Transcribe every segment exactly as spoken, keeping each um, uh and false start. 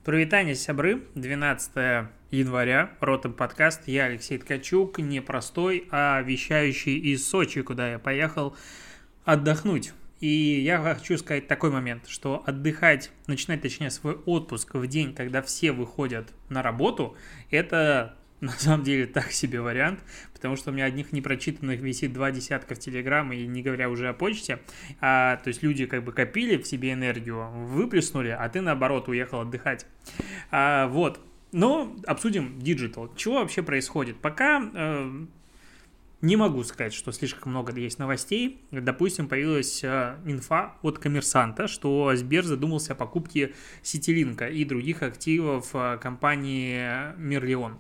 Привитание, сябры, двенадцатое января, Ротом подкаст, я Алексей Ткачук, не простой, а вещающий из Сочи, куда я поехал отдохнуть. И я хочу сказать такой момент, что отдыхать, начинать точнее свой отпуск в день, когда все выходят на работу, это на самом деле так себе вариант, потому что у меня одних непрочитанных висит два десятка в Телеграм, и не говоря уже о почте. А, то есть люди как бы копили в себе энергию, выплеснули, а ты наоборот уехал отдыхать. А, вот. Но обсудим диджитал. Чего вообще происходит? Пока э, не могу сказать, что слишком много есть новостей. Допустим, появилась э, инфа от Коммерсанта, что Сбер задумался о покупке Ситилинка и других активов э, компании Мерлион.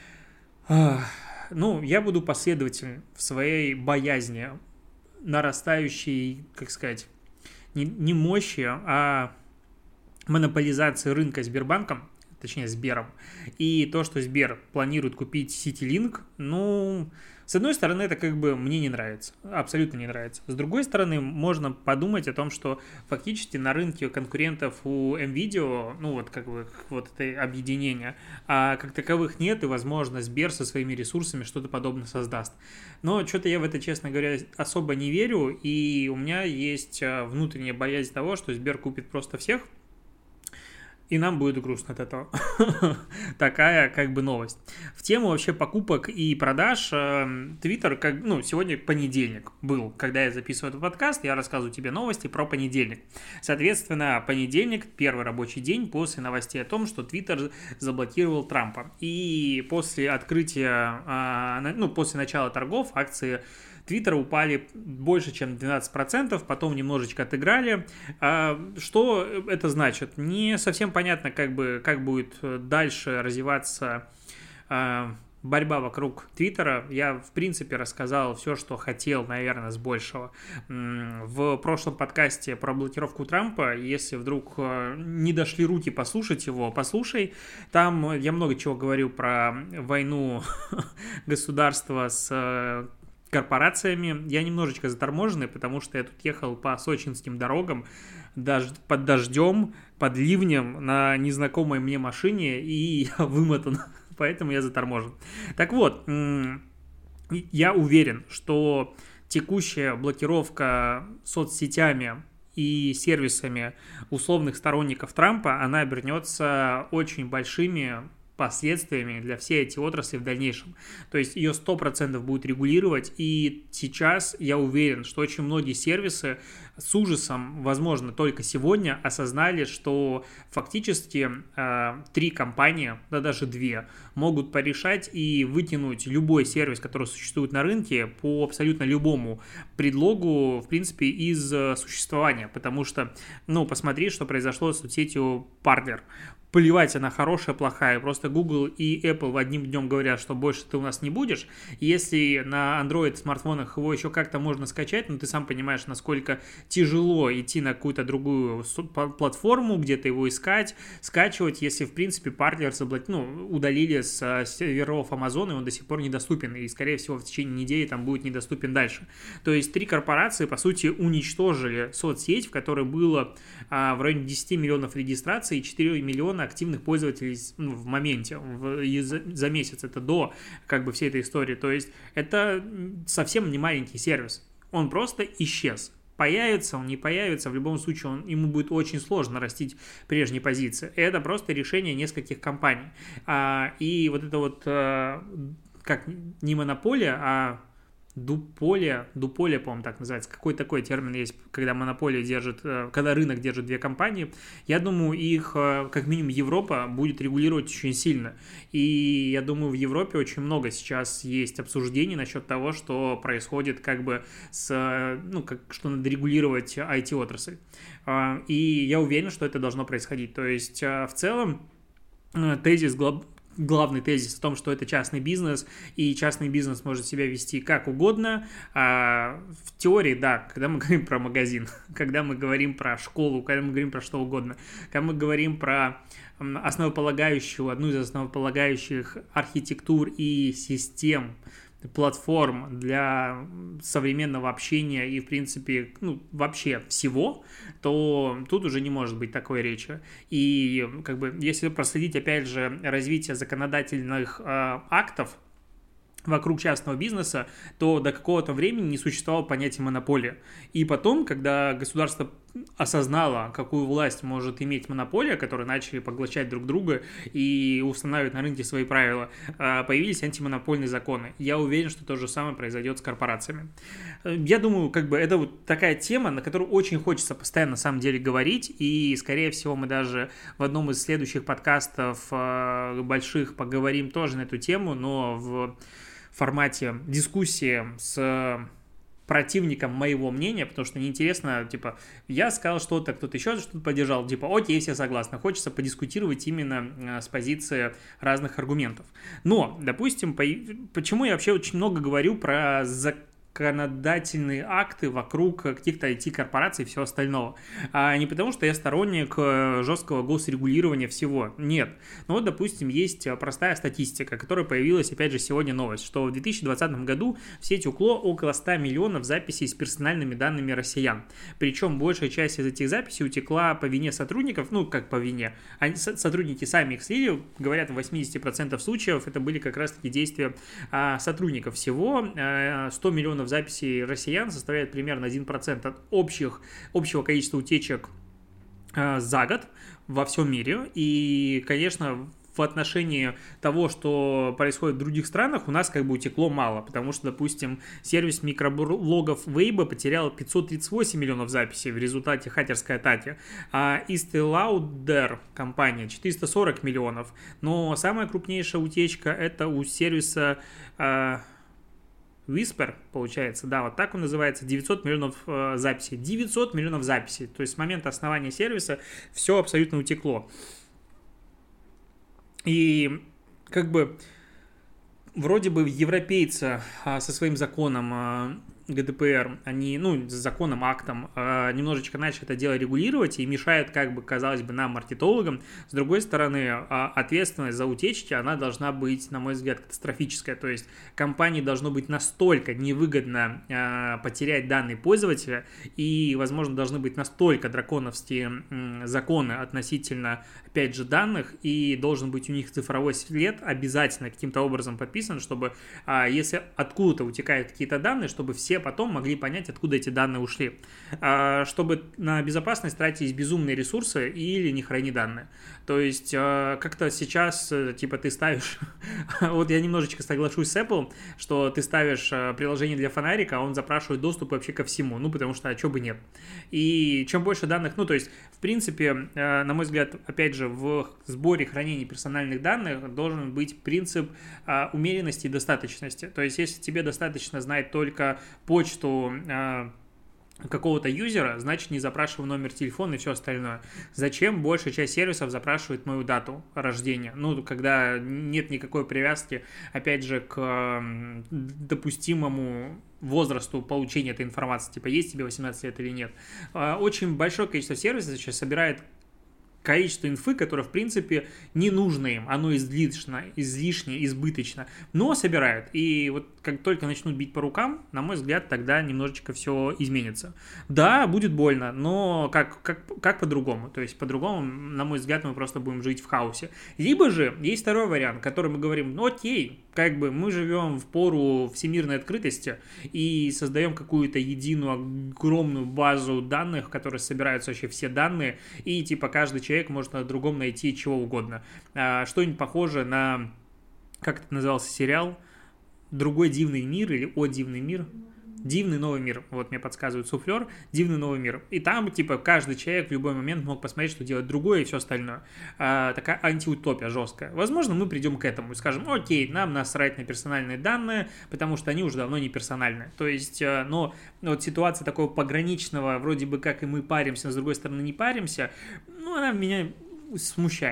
Ну, я буду последователен в своей боязни нарастающей, как сказать, не, не мощи, а монополизации рынка Сбербанком, точнее Сбером, и то, что Сбер планирует купить Ситилинк, ну, с одной стороны, это как бы мне не нравится, абсолютно не нравится. С другой стороны, можно подумать о том, что фактически на рынке конкурентов у NVIDIA, ну вот как бы вот это объединение, а как таковых нет, и, возможно, Сбер со своими ресурсами что-то подобное создаст. Но что-то я в это, честно говоря, особо не верю, и у меня есть внутренняя боязнь того, что Сбер купит просто всех, и нам будет грустно от этого. Такая как бы новость. В тему вообще покупок и продаж Твиттер, как, ну, сегодня понедельник был, когда я записываю этот подкаст, я рассказываю тебе новости про понедельник. Соответственно, понедельник, первый рабочий день после новостей о том, что Твиттер заблокировал Трампа. И после открытия, ну, после начала торгов акции Твиттера упали больше, чем двенадцать процентов, потом немножечко отыграли. Что это значит? Не совсем понятно, как бы, как будет дальше развиваться борьба вокруг Твиттера. Я, в принципе, рассказал все, что хотел, наверное, с большего. В прошлом подкасте про блокировку Трампа, если вдруг не дошли руки послушать его, послушай. Там я много чего говорил про войну государства с корпорациями. Я немножечко заторможенный, потому что я тут ехал по сочинским дорогам дож- под дождем, под ливнем на незнакомой мне машине, и я вымотан, поэтому я заторможен. Так вот, я уверен, что текущая блокировка соцсетями и сервисами условных сторонников Трампа, она обернется очень большими последствиями для всей этой отрасли в дальнейшем. То есть ее сто процентов будет регулировать, и сейчас я уверен, что очень многие сервисы с ужасом, возможно, только сегодня осознали, что фактически э, три компании, да даже две, могут порешать и вытянуть любой сервис, который существует на рынке по абсолютно любому предлогу, в принципе, из существования. Потому что, ну, посмотри, что произошло с соцсетью Parler. Плевать, она хорошая, плохая. Просто Google и Apple одним днем говорят, что больше ты у нас не будешь. Если на Android смартфонах его еще как-то можно скачать, но ты сам понимаешь, насколько тяжело идти на какую-то другую платформу, где-то его искать, скачивать, если, в принципе, Parler заблок... ну, удалили с серверов Amazon, и он до сих пор недоступен. И, скорее всего, в течение недели там будет недоступен дальше. То есть три корпорации, по сути, уничтожили соцсеть, в которой было а, в районе десять миллионов регистраций и четыре миллиона активных пользователей ну, в моменте, в, за, за месяц, это до как бы всей этой истории, то есть это совсем не маленький сервис, он просто исчез. Появится он, не появится, в любом случае он, ему будет очень сложно растить прежние позиции. Это просто решение нескольких компаний. А, и вот это вот, а, как не монополия, а дуполия, дуполия, по-моему, так называется. Какой такой термин есть, когда монополия держит, когда рынок держит две компании. Я думаю, их, как минимум, Европа будет регулировать очень сильно. И я думаю, в Европе очень много сейчас есть обсуждений насчет того, что происходит как бы с, ну, как, что надо регулировать ай ти-отрасль. И я уверен, что это должно происходить. То есть, в целом, тезис глоб... Главный тезис в том, что это частный бизнес, и частный бизнес может себя вести как угодно. А в теории, да, когда мы говорим про магазин, когда мы говорим про школу, когда мы говорим про что угодно, когда мы говорим про основополагающую, одну из основополагающих архитектур и систем платформ для современного общения и, в принципе, ну, вообще всего, то тут уже не может быть такой речи. И, как бы, если проследить, опять же, развитие законодательных э, актов вокруг частного бизнеса, то до какого-то времени не существовало понятия монополия. И потом, когда государство осознало, какую власть может иметь монополия, которые начали поглощать друг друга и устанавливать на рынке свои правила, появились антимонопольные законы. Я уверен, что то же самое произойдет с корпорациями. Я думаю, как бы это вот такая тема, на которую очень хочется постоянно на самом деле говорить, и, скорее всего, мы даже в одном из следующих подкастов больших поговорим тоже на эту тему, но в формате дискуссии с противником моего мнения, потому что неинтересно, типа, я сказал что-то, кто-то еще что-то поддержал, типа, окей, все согласны. Хочется подискутировать именно с позиции разных аргументов. Но, допустим, по... почему я вообще очень много говорю про законодательные акты вокруг каких-то ай ти-корпораций и всего остального. А не потому, что я сторонник жесткого госрегулирования всего. Нет. Но вот, допустим, есть простая статистика, которая появилась, опять же, сегодня новость, что в две тысячи двадцатом году в сеть укло около ста миллионов записей с персональными данными россиян. Причем большая часть из этих записей утекла по вине сотрудников, ну, как по вине. Они, сотрудники сами их слили, говорят, в восемьдесят процентов случаев это были как раз-таки действия а, сотрудников. Всего а, сто миллионов записей россиян составляет примерно один процент от общих, общего количества утечек э, за год во всем мире. И, конечно, в отношении того, что происходит в других странах, у нас как бы утекло мало, потому что, допустим, сервис микроблогов Weibo потерял пятьсот тридцать восемь миллионов записей в результате хакерской атаки, а Estee Lauder компания четыреста сорок миллионов. Но самая крупнейшая утечка это у сервиса э, Whisper, получается, да, вот так он называется, девятьсот миллионов э, записей. девятьсот миллионов записей, то есть с момента основания сервиса все абсолютно утекло. И как бы вроде бы европейцы а, со своим законом а, гэ дэ пэ эр, они, ну, с законом, актом, а, немножечко начали это дело регулировать и мешают, как бы, казалось бы, нам, маркетологам. С другой стороны, а, ответственность за утечки, она должна быть, на мой взгляд, катастрофическая. То есть компании должно быть настолько невыгодно а, потерять данные пользователя, и, возможно, должны быть настолько драконовские м, законы относительно, опять же, данных, и должен быть у них цифровой след обязательно каким-то образом подписан, чтобы, а, если откуда-то утекают какие-то данные, чтобы все потом могли понять, откуда эти данные ушли. А, чтобы на безопасность тратились безумные ресурсы или не храни данные. То есть, а, как-то сейчас, типа, ты ставишь... вот я немножечко соглашусь с Apple, что ты ставишь приложение для фонарика, а он запрашивает доступ вообще ко всему, ну, потому что, а чё бы нет. И чем больше данных, ну, то есть, в принципе, на мой взгляд, опять же, в сборе хранения персональных данных должен быть принцип а, умеренности и достаточности. То есть, если тебе достаточно знать только почту а, какого-то юзера, значит, не запрашивай номер телефона и все остальное. Зачем большая часть сервисов запрашивает мою дату рождения? Ну, когда нет никакой привязки, опять же, к допустимому возрасту получения этой информации, типа, есть тебе восемнадцать лет или нет. Очень большое количество сервисов сейчас собирает количество инфы, которое, в принципе, не нужно им, оно излишне, излишне, избыточно, но собирают. И вот как только начнут бить по рукам, на мой взгляд, тогда немножечко все изменится. Да, будет больно, но как, как, как по-другому? То есть по-другому, на мой взгляд, мы просто будем жить в хаосе. Либо же есть второй вариант, который мы говорим, ну окей, как бы мы живем в пору всемирной открытости и создаем какую-то единую огромную базу данных, в которой собираются вообще все данные, и типа каждый человек может на другом найти чего угодно. А, что-нибудь похожее на, как это назывался сериал, «Другой дивный мир» или «О дивный мир». «Дивный новый мир». Вот мне подсказывает суфлер. «Дивный новый мир». И там, типа, каждый человек в любой момент мог посмотреть, что делать другое и все остальное. А, такая антиутопия жесткая. Возможно, мы придем к этому и скажем, окей, нам насрать на персональные данные, потому что они уже давно не персональны. То есть, но вот ситуация такого пограничного, вроде бы как и мы паримся, но с другой стороны не паримся, ну, она меня смущает.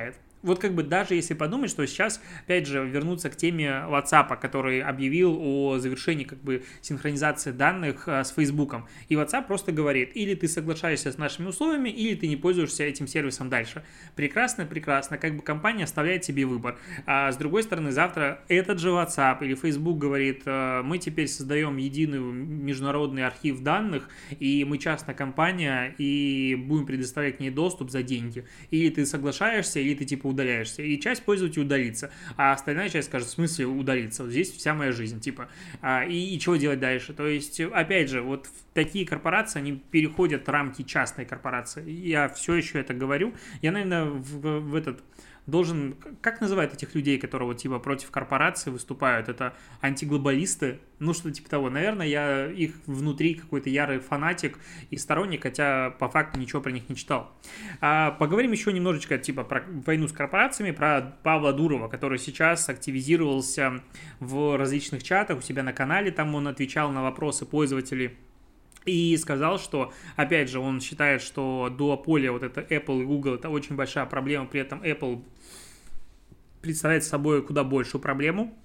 вот как бы даже если подумать, что сейчас, опять же, вернуться к теме WhatsApp, который объявил о завершении как бы синхронизации данных а, с Фейсбуком. И WhatsApp просто говорит, или ты соглашаешься с нашими условиями, или ты не пользуешься этим сервисом дальше. Прекрасно, прекрасно. Как бы компания оставляет себе выбор. А с другой стороны, завтра этот же WhatsApp или Facebook говорит, мы теперь создаем единый международный архив данных, и мы частная компания, и будем предоставлять к ней доступ за деньги. Или ты соглашаешься, или ты типа удаляешься. И часть пользователей удалится, а остальная часть скажет, в смысле удалиться? Вот здесь вся моя жизнь, типа. А, и, и чего делать дальше? То есть, опять же, вот такие корпорации, они переходят рамки частной корпорации. Я все еще это говорю. Я, наверное, в, в этот... должен, как называют этих людей, которые вот типа против корпорации выступают, это антиглобалисты, ну что типа того, наверное, я их внутри какой-то ярый фанатик и сторонник, хотя по факту ничего про них не читал. А поговорим еще немножечко типа про войну с корпорациями, про Павла Дурова, который сейчас активизировался в различных чатах у себя на канале, там он отвечал на вопросы пользователей. И сказал, что, опять же, он считает, что дуополия, вот это Apple и Google, это очень большая проблема, при этом Apple представляет собой куда большую проблему,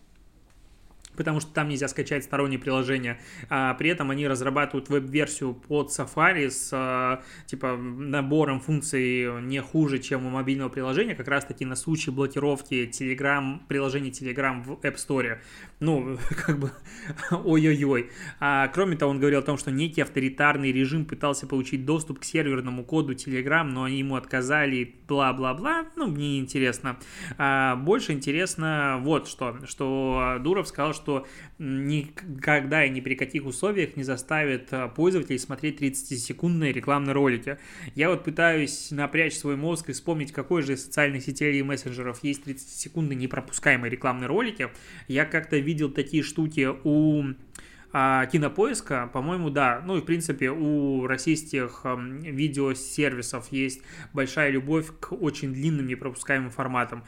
потому что там нельзя скачать сторонние приложения, а при этом они разрабатывают веб-версию под Safari с а, типа набором функций не хуже, чем у мобильного приложения, как раз-таки на случай блокировки Telegram, приложения Telegram в App Store. Ну, как бы, ой-ой-ой. А, кроме того, он говорил о том, что некий авторитарный режим пытался получить доступ к серверному коду Telegram, но они ему отказали, бла-бла-бла. Ну, мне не интересно. А, больше интересно вот что, что Дуров сказал, что что никогда и ни при каких условиях не заставит пользователей смотреть тридцатисекундные рекламные ролики. Я вот пытаюсь напрячь свой мозг и вспомнить, какой же из социальных сетей и мессенджеров есть тридцатисекундные непропускаемые рекламные ролики. Я как-то видел такие штуки у а, Кинопоиска, по-моему, да. Ну и, в принципе, у российских эм, видеосервисов есть большая любовь к очень длинным непропускаемым форматам.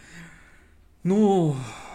Ну...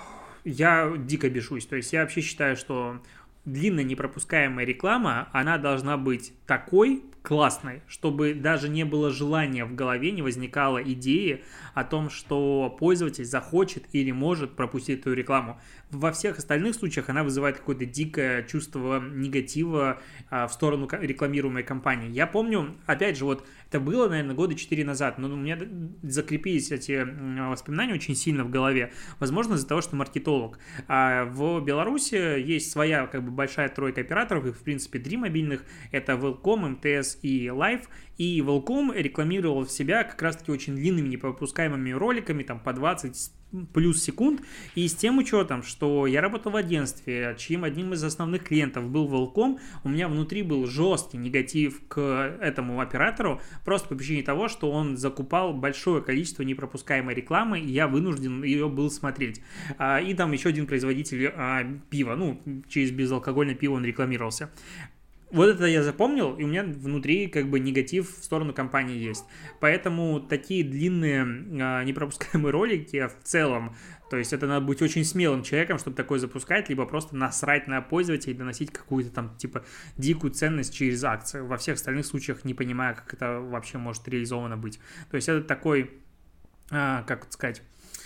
Я дико бешусь. То есть я вообще считаю, что длинная непропускаемая реклама, она должна быть такой классной, чтобы даже не было желания в голове, не возникало идеи о том, что пользователь захочет или может пропустить эту рекламу. Во всех остальных случаях она вызывает какое-то дикое чувство негатива а, в сторону рекламируемой компании. Я помню, опять же, вот это было, наверное, года четыре назад, но у меня закрепились эти воспоминания очень сильно в голове. Возможно, из-за того, что маркетолог. А в Беларуси есть своя как бы большая тройка операторов, их, в принципе, три мобильных. Это Велком, МТС и Лайф. И Велком рекламировал себя как раз-таки очень длинными непропускаемыми роликами, там по двадцать плюс секунд, и с тем учетом, что я работал в агентстве, чьим одним из основных клиентов был Велком, у меня внутри был жесткий негатив к этому оператору, просто по причине того, что он закупал большое количество непропускаемой рекламы, и я вынужден ее был смотреть. И там еще один производитель пива, ну, через безалкогольное пиво он рекламировался. Вот это я запомнил, и у меня внутри как бы негатив в сторону компании есть. Поэтому такие длинные э, непропускаемые ролики в целом, то есть это надо быть очень смелым человеком, чтобы такое запускать, либо просто насрать на пользователя и доносить какую-то там типа дикую ценность через акции. Во всех остальных случаях не понимаю, как это вообще может реализовано быть. То есть это такой, э, как сказать...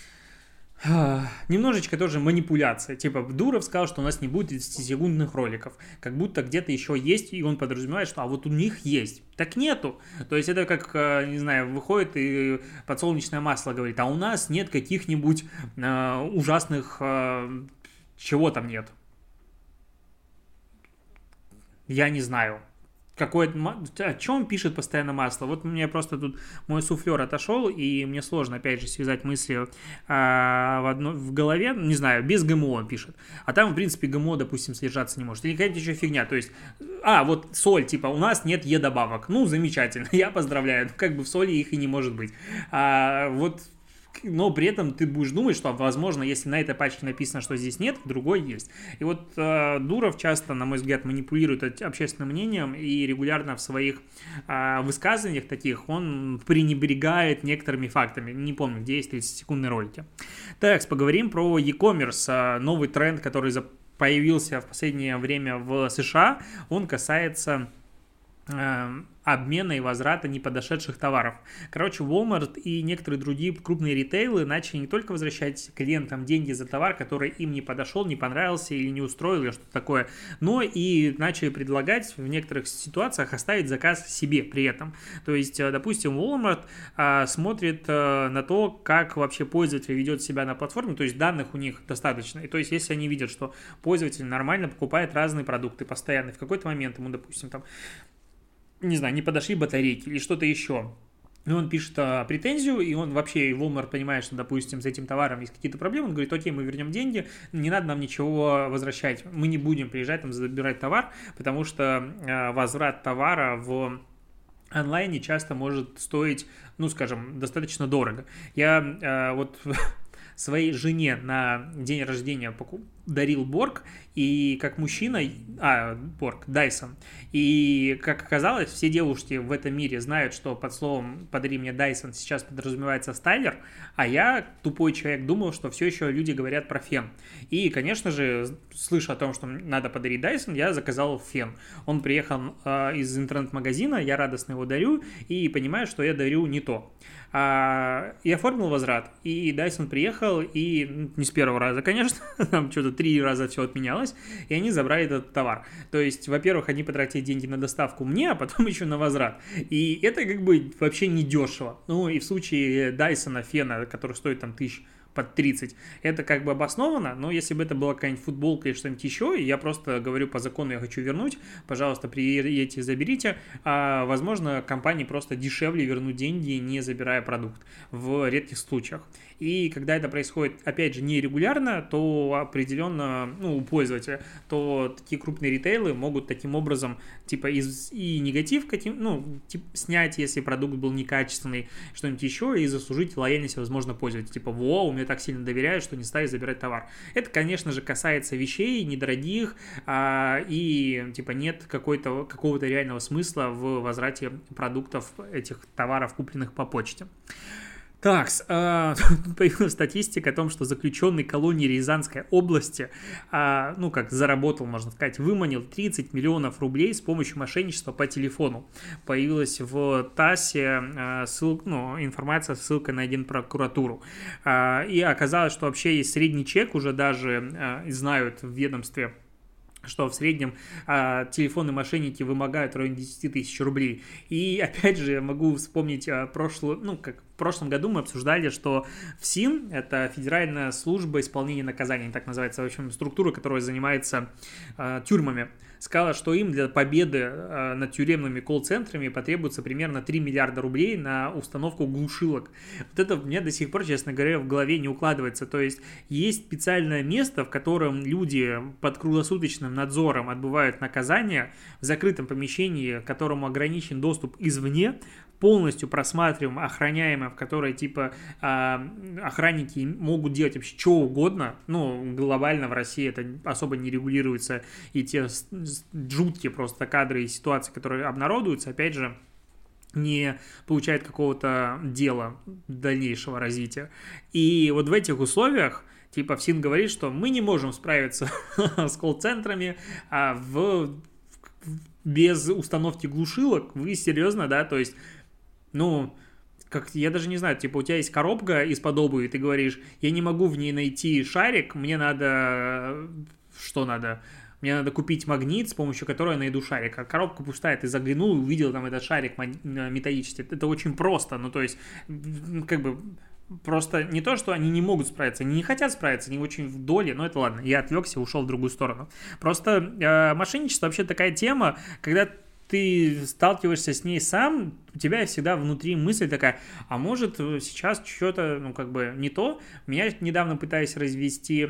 немножечко тоже манипуляция. Типа Дуров сказал, что у нас не будет тридцатисекундных роликов. Как будто где-то еще есть, и он подразумевает, что а вот у них есть. Так нету. То есть это как, не знаю, выходит и подсолнечное масло говорит, а у нас нет каких-нибудь э, ужасных... Э, чего там нет? Я не знаю. Какое-то... О чем пишет постоянно масло? Вот мне просто тут мой суфлер отошел, и мне сложно, опять же, связать мысли а, в, одно, в голове, не знаю, без ГМО он пишет. А там, в принципе, ГМО, допустим, содержаться не может. Или какая-то еще фигня, то есть, а, вот соль, типа, у нас нет Е-добавок. Ну, замечательно, я поздравляю. Ну, как бы в соли их и не может быть. А, вот... Но при этом ты будешь думать, что, возможно, если на этой пачке написано, что здесь нет, в другой есть. И вот э, Дуров часто, на мой взгляд, манипулирует общественным мнением и регулярно в своих э, высказываниях таких он пренебрегает некоторыми фактами. Не помню, где есть тридцатисекундные ролики. Так, поговорим про e-commerce, новый тренд, который появился в последнее время в США. Он касается... обмена и возврата неподошедших товаров. Короче, Walmart и некоторые другие крупные ритейлы начали не только возвращать клиентам деньги за товар, который им не подошел, не понравился или не устроил, или что-то такое, но и начали предлагать в некоторых ситуациях оставить заказ себе при этом. То есть, допустим, Walmart а, смотрит а, на то, как вообще пользователь ведет себя на платформе, то есть данных у них достаточно. И то есть, если они видят, что пользователь нормально покупает разные продукты постоянно, в какой-то момент ему, допустим, там не знаю, не подошли батарейки или что-то еще. И он пишет а, претензию, и он вообще, и Walmart понимает, что, допустим, с этим товаром есть какие-то проблемы, он говорит, окей, мы вернем деньги, не надо нам ничего возвращать, мы не будем приезжать там забирать товар, потому что а, возврат товара в онлайне часто может стоить, ну, скажем, достаточно дорого. Я а, вот своей жене на день рождения покуп... дарил Борг, и как мужчина, а, Борг, Dyson, и как оказалось, все девушки в этом мире знают, что под словом «подари мне Dyson» сейчас подразумевается стайлер, а я, тупой человек, думал, что все еще люди говорят про фен. И, конечно же, слыша о том, что надо подарить Dyson, я заказал фен. Он приехал э, из интернет-магазина, я радостно его дарю, и понимаю, что я дарю не то. А, и оформил возврат, и Dyson приехал, и ну, не с первого раза, конечно, там что-то три раза все отменялось, и они забрали этот товар. То есть, во-первых, они потратили деньги на доставку мне, а потом еще на возврат. И это как бы вообще не дешево. Ну и в случае Dyson фена, который стоит там тысяч под тридцать, это как бы обосновано, но если бы это была какая-нибудь футболка или что-нибудь еще, и я просто говорю по закону, я хочу вернуть, пожалуйста, приедете, заберите, а, возможно, компании просто дешевле вернуть деньги, не забирая продукт в редких случаях. И когда это происходит, опять же, нерегулярно, то определенно, ну, у пользователя, то такие крупные ритейлы могут таким образом, типа, из, и негатив, ну, типа, снять, если продукт был некачественный, что-нибудь еще, и заслужить лояльность, возможно, пользователя. Типа, во, мне так сильно доверяют, что не стали забирать товар. Это, конечно же, касается вещей недорогих, а, и, типа, нет какой-то, какого-то реального смысла в возврате продуктов, этих товаров, купленных по почте. Так, э, тут появилась статистика о том, что заключенный колонии Рязанской области, э, ну, как заработал, можно сказать, выманил тридцать миллионов рублей с помощью мошенничества по телефону. Появилась в ТАССе э, ссыл, ну, информация с ссылкой на Генпрокуратуру. Э, и оказалось, что вообще есть средний чек, уже даже э, знают в ведомстве, что в среднем а, телефонные мошенники вымогают в районе десять тысяч рублей. И опять же, я могу вспомнить а, прошлую, ну, как в прошлом году мы обсуждали, что ФСИН, это Федеральная служба исполнения наказаний, так называется, в общем, структура, которая занимается а, тюрьмами, сказала, что им для победы а, над тюремными колл-центрами потребуется примерно три миллиарда рублей на установку глушилок. Вот это у меня до сих пор, честно говоря, в голове не укладывается. То есть есть специальное место, в котором люди под круглосуточным надзором отбывают наказание в закрытом помещении, к которому ограничен доступ извне, полностью просматриваем, охраняемо, в которой, типа, охранники могут делать вообще что угодно. Ну, глобально в России это особо не регулируется, и те жуткие просто кадры и ситуации, которые обнародуются, опять же, не получают какого-то дела дальнейшего развития. И вот в этих условиях типа ФСИН говорит, что мы не можем справиться с колл-центрами а в, в, без установки глушилок. Вы серьезно, да? То есть, ну, как, я даже не знаю, типа у тебя есть коробка из-под обуви, и ты говоришь, я не могу в ней найти шарик, мне надо... Что надо? Мне надо купить магнит, с помощью которого я найду шарик. А коробка пустая, ты заглянул и увидел там этот шарик металлический. Это очень просто, ну, то есть, как бы... Просто не то, что они не могут справиться, они не хотят справиться, они очень в доле, но это ладно, я отвлекся, ушел в другую сторону. Просто э, мошенничество вообще такая тема, когда ты сталкиваешься с ней сам, у тебя всегда внутри мысль такая, а может сейчас что-то, ну, как бы не то. Меня недавно пытались развести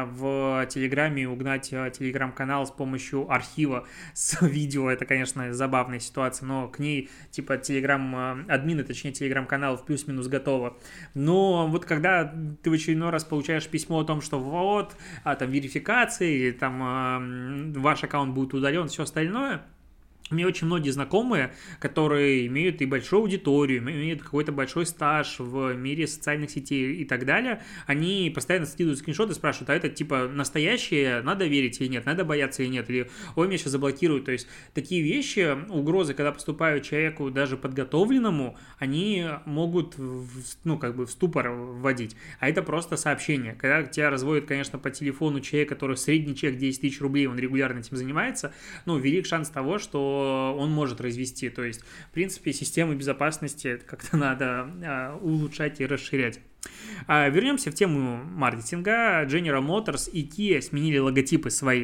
в Телеграме, угнать Телеграм-канал с помощью архива с видео. Это, конечно, забавная ситуация, но к ней, типа, Телеграм-админы, точнее, Телеграм-каналов плюс-минус готово. Но вот когда ты в очередной раз получаешь письмо о том, что вот, а, там, верификация, или там ваш аккаунт будет удален, все остальное, У меня очень многие знакомые, которые имеют и большую аудиторию, имеют какой-то большой стаж в мире социальных сетей и так далее, они постоянно скидывают скриншоты и спрашивают, а это типа настоящее, надо верить или нет, надо бояться или нет, или ой, меня сейчас заблокируют. То есть такие вещи, угрозы, когда поступают человеку даже подготовленному, они могут, ну, как бы в ступор вводить. А это просто сообщение. Когда тебя разводят, конечно, по телефону человек, который средний чек десять тысяч рублей, он регулярно этим занимается, ну, велик шанс того, что он может развести. То есть, в принципе, системы безопасности как-то надо а, улучшать и расширять. А, вернемся в тему маркетинга. General Motors и Kia сменили логотипы свои.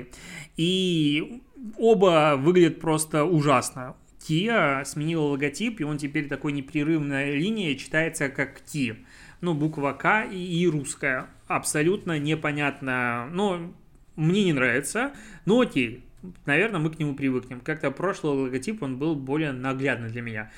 И оба выглядят просто ужасно. Kia сменила логотип, и он теперь такой непрерывная линия читается как Ki. Ну, буква К и, и русская. Абсолютно непонятно. Ну, мне не нравится, но окей. Наверное, мы к нему привыкнем. Как-то прошлый логотип, он был более наглядный для меня.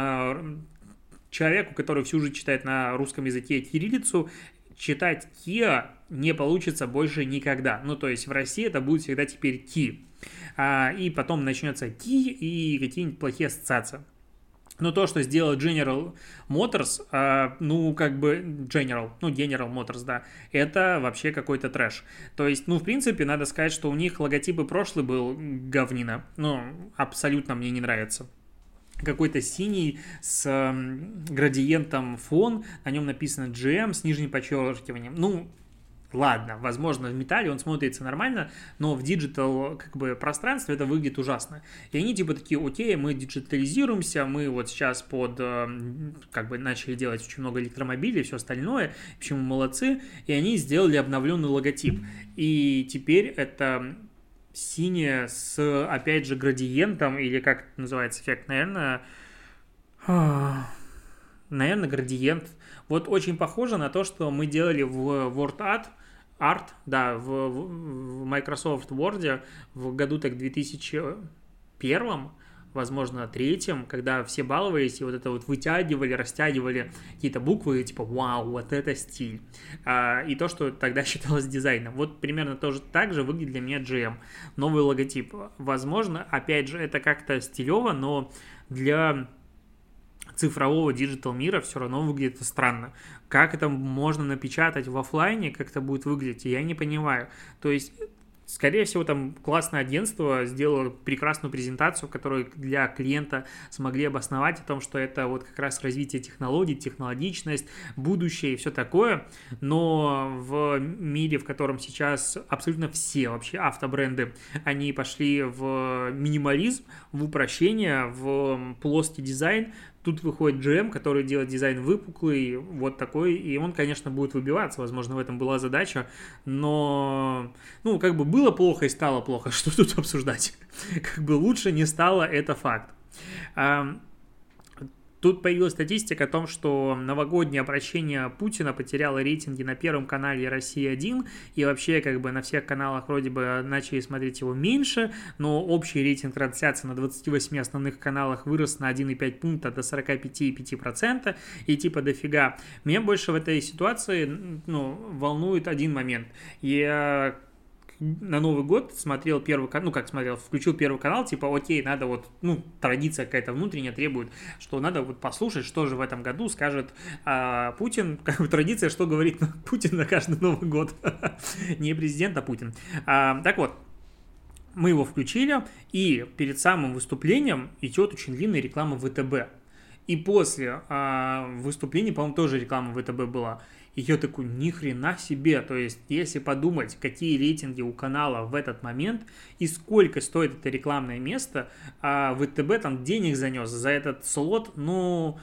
Человеку, который всю жизнь читает на русском языке кириллицу, читать Kia не получится больше никогда. Ну, то есть в России это будет всегда теперь Ki. И потом начнется Ki и какие-нибудь плохие ассоциации. Но то, что сделал General Motors, э, ну, как бы General, ну, General Motors, да, это вообще какой-то трэш. То есть, ну, в принципе, надо сказать, что у них логотип и прошлый был говнина. Ну, абсолютно мне не нравится. Какой-то синий с э, градиентом фон, на нем написано джи эм с нижним подчеркиванием. Ну, ладно, возможно, в металле он смотрится нормально, но в диджитал как бы пространстве это выглядит ужасно. И они типа такие, окей, мы диджитализируемся, мы вот сейчас под, как бы начали делать очень много электромобилей и все остальное, почему молодцы, и они сделали обновленный логотип. И теперь это синее с, опять же, градиентом, или как это называется эффект, наверное, наверное, градиент. Вот очень похоже на то, что мы делали в WordArt, Art, да, в, в Microsoft Word в году так две тысячи первом, возможно, третьем, когда все баловались и вот это вот вытягивали, растягивали какие-то буквы, типа, вау, вот это стиль. А, и то, что тогда считалось дизайном. Вот примерно тоже так же выглядит для меня джи эм. Новый логотип. Возможно, опять же, это как-то стилево, но для цифрового диджитал мира все равно выглядит странно. Как это можно напечатать в офлайне, как это будет выглядеть, я не понимаю. То есть, скорее всего, там классное агентство сделало прекрасную презентацию, которую для клиента смогли обосновать о том, что это вот как раз развитие технологий, технологичность, будущее и все такое. Но в мире, в котором сейчас абсолютно все вообще автобренды, они пошли в минимализм, в упрощение, в плоский дизайн. Тут выходит джи эм, который делает дизайн выпуклый, вот такой, и он, конечно, будет выбиваться, возможно, в этом была задача, но, ну, как бы было плохо и стало плохо, что тут обсуждать? Как бы лучше не стало, это факт. Тут появилась статистика о том, что новогоднее обращение Путина потеряло рейтинги на Первом канале Россия один, и вообще как бы на всех каналах вроде бы начали смотреть его меньше, но общий рейтинг трансляции на двадцати восьми основных каналах вырос на один и пять пункта до сорок пять и пять десятых процента, и типа дофига. Меня больше в этой ситуации, ну, волнует один момент. Я на Новый год смотрел первый канал, ну как смотрел, включил первый канал, типа, окей, надо вот, ну, традиция какая-то внутренняя требует, что надо вот послушать, что же в этом году скажет а, Путин, как бы традиция, что говорит Путин на каждый Новый год, не президент, а Путин. А, так вот, мы его включили, и перед самым выступлением идет очень длинная реклама ВТБ. И после а, выступления, по-моему, тоже реклама ВТБ была. И я такой, ни хрена себе. То есть, если подумать, какие рейтинги у канала в этот момент и сколько стоит это рекламное место, а ВТБ там денег занес за этот слот, ну,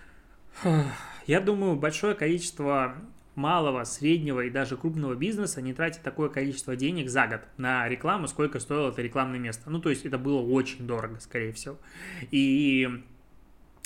я думаю, большое количество малого, среднего и даже крупного бизнеса не тратит такое количество денег за год на рекламу, сколько стоило это рекламное место. Ну, то есть, это было очень дорого, скорее всего. И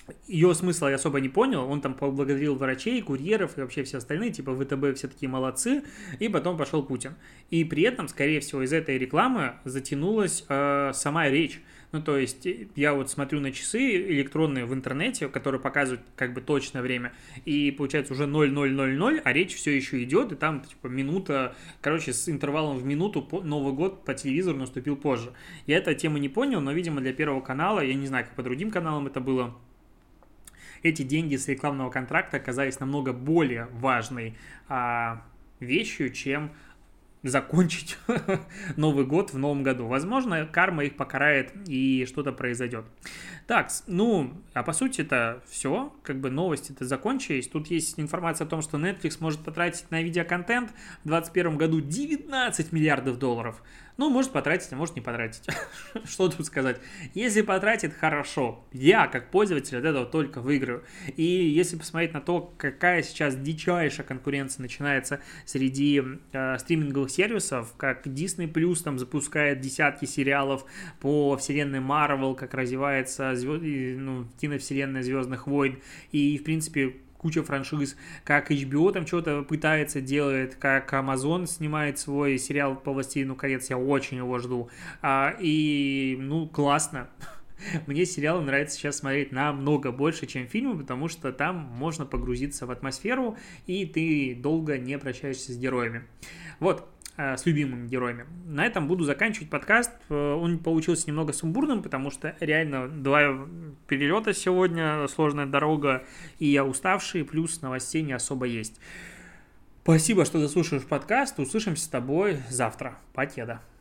Ее смысла я особо не понял, он там поблагодарил врачей, курьеров и вообще все остальные, типа ВТБ все такие молодцы, и потом пошел Путин. И при этом, скорее всего, из этой рекламы затянулась э, сама речь. Ну, то есть, я вот смотрю на часы электронные в интернете, которые показывают как бы точное время, и получается уже ноль ноль ноль ноль, а речь все еще идет, и там типа минута, короче, с интервалом в минуту Новый год по телевизору наступил позже. Я эту тему не понял, но, видимо, для Первого канала, я не знаю, как по другим каналам это было, эти деньги с рекламного контракта оказались намного более важной а, вещью, чем закончить Новый год в новом году. Возможно, карма их покарает и что-то произойдет. Так, ну, а по сути это все, как бы новости-то закончились. Тут есть информация о том, что Netflix может потратить на видеоконтент в двадцать первом году девятнадцать миллиардов долларов. Ну, может потратить, а может не потратить. Что тут сказать? Если потратит, хорошо. Я, как пользователь, от этого только выиграю. И если посмотреть на то, какая сейчас дичайшая конкуренция начинается среди э, стриминговых сервисов, как Disney Plus там запускает десятки сериалов по вселенной Marvel, как развивается звезд... ну, киновселенная Звездных войн, и, в принципе, куча франшиз, как эйч би о там что-то пытается делать, как Amazon снимает свой сериал по «Властелину колец», я очень его жду. А, и, ну, классно. Мне сериалы нравится сейчас смотреть намного больше, чем фильмы, потому что там можно погрузиться в атмосферу, и ты долго не прощаешься с героями. Вот. С любимыми героями. На этом буду заканчивать подкаст. Он получился немного сумбурным, потому что реально два перелета сегодня, сложная дорога, и я уставший, плюс новостей не особо есть. Спасибо, что заслушаешь подкаст. Услышимся с тобой завтра. Покеда.